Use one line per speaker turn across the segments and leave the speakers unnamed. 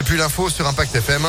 puis l'info sur Impact FM.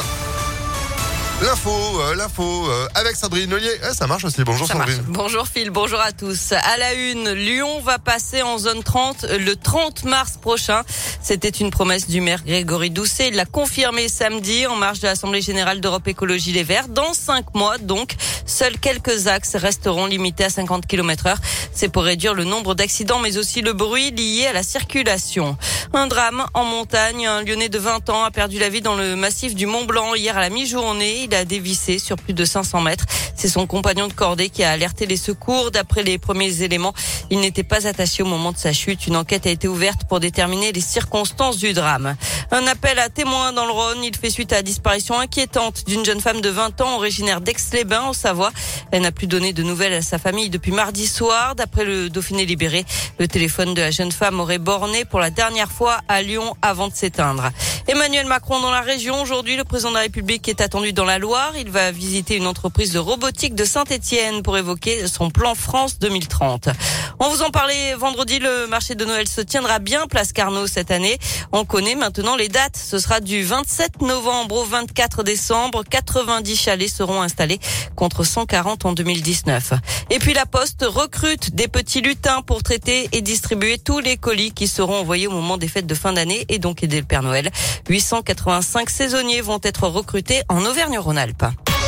L'info avec Sandrine Ollier. Ça marche aussi. Bonjour
Ça
Sandrine.
marche. Bonjour Phil, bonjour à tous. À la une, Lyon va passer en zone 30 le 30 mars prochain. C'était une promesse du maire Grégory Doucet. Il l'a confirmé samedi en marge de l'Assemblée Générale d'Europe Écologie Les Verts. Dans 5 mois, donc, seuls quelques axes resteront limités à 50 km/h. C'est pour réduire le nombre d'accidents, mais aussi le bruit lié à la circulation. Un drame en montagne. Un Lyonnais de 20 ans a perdu la vie dans le massif du Mont Blanc hier à la mi-journée. Il a dévissé sur plus de 500 mètres. C'est son compagnon de cordée qui a alerté les secours. D'après les premiers éléments, il n'était pas attaché au moment de sa chute. Une enquête a été ouverte pour déterminer les circonstances du drame. Un appel à témoins dans le Rhône. Il fait suite à la disparition inquiétante d'une jeune femme de 20 ans originaire d'Aix-les-Bains en Savoie. Elle n'a plus donné de nouvelles à sa famille depuis mardi soir. D'après le Dauphiné Libéré, le téléphone de la jeune femme aurait borné pour la dernière fois à Lyon avant de s'éteindre. Emmanuel Macron dans la région. Aujourd'hui, le président de la République est attendu dans la Loire. Il va visiter une entreprise de robotique de Saint-Étienne pour évoquer son plan France 2030. On vous en parlait vendredi, le marché de Noël se tiendra bien place Carnot cette année. On connaît maintenant les dates. Ce sera du 27 novembre au 24 décembre. 90 chalets seront installés contre 140 en 2019. Et puis la Poste recrute des petits lutins pour traiter et distribuer tous les colis qui seront envoyés au moment des fêtes de fin d'année et donc aider le Père Noël. 885 saisonniers vont être recrutés en Auvergne-Rhône-Alpes.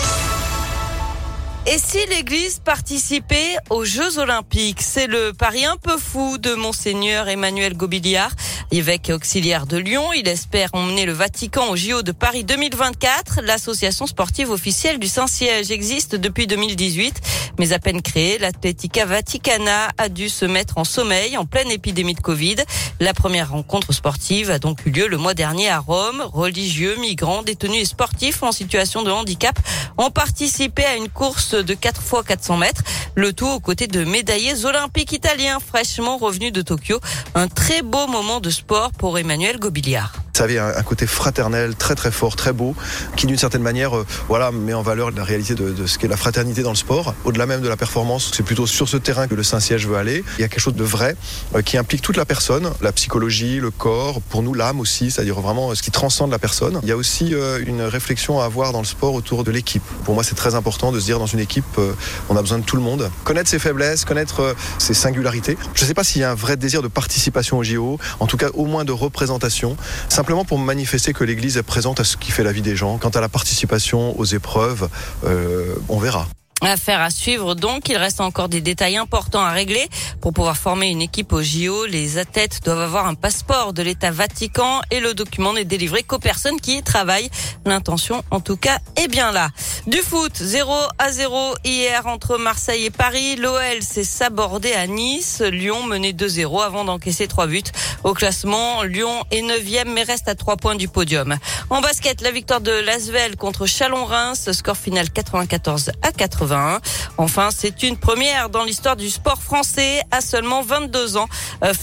Et si l'Église participait aux Jeux Olympiques? C'est le pari un peu fou de Monseigneur Emmanuel Gobiliard, évêque auxiliaire de Lyon. Il espère emmener le Vatican aux JO de Paris 2024. L'association sportive officielle du Saint-Siège existe depuis 2018, mais à peine créée, l'Atletica Vaticana a dû se mettre en sommeil en pleine épidémie de Covid. La première rencontre sportive a donc eu lieu le mois dernier à Rome. Religieux, migrants, détenus et sportifs en situation de handicap ont participé à une course de 4 x 400 mètres. Le tout aux côtés de médaillés olympiques italiens fraîchement revenus de Tokyo. Un très beau moment de sport pour Emmanuel Gobiliard.
Ça avait un côté fraternel très très fort, très beau, qui d'une certaine manière met en valeur la réalité de ce qu'est la fraternité dans le sport. Au-delà même de la performance, c'est plutôt sur ce terrain que le Saint-Siège veut aller. Il y a quelque chose de vrai qui implique toute la personne, la psychologie, le corps, pour nous l'âme aussi, c'est-à-dire vraiment ce qui transcende la personne. Il y a aussi une réflexion à avoir dans le sport autour de l'équipe. Pour moi, c'est très important de se dire dans une équipe, on a besoin de tout le monde. Connaître ses faiblesses, connaître ses singularités. Je ne sais pas s'il y a un vrai désir de participation aux JO, en tout cas au moins de représentation. Simplement pour manifester que l'Église est présente à ce qui fait la vie des gens. Quant à la participation aux épreuves, on verra.
Affaire à suivre donc, il reste encore des détails importants à régler. Pour pouvoir former une équipe au JO, les athlètes doivent avoir un passeport de l'État Vatican et le document n'est délivré qu'aux personnes qui y travaillent. L'intention, en tout cas, est bien là. Du foot, 0-0 hier entre Marseille et Paris. L'OL s'est sabordé à Nice. Lyon menait 2-0 avant d'encaisser 3 buts. Au classement, Lyon est 9e mais reste à 3 points du podium. En basket, la victoire de l'Asvel contre Chalon-Reims. Score final 94-81. Enfin, c'est une première dans l'histoire du sport français. À seulement 22 ans,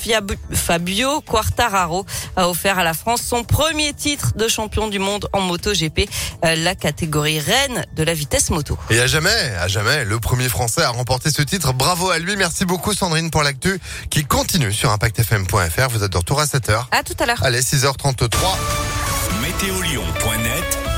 Fabio Quartararo a offert à la France son premier titre de champion du monde en MotoGP, la catégorie reine de la vitesse moto.
Et à jamais, le premier Français à remporter ce titre. Bravo à lui. Merci beaucoup Sandrine pour l'actu qui continue sur ImpactFM.fr. Vous êtes de retour à 7h.
À tout à l'heure.
Allez, 6h33.
Météolion.net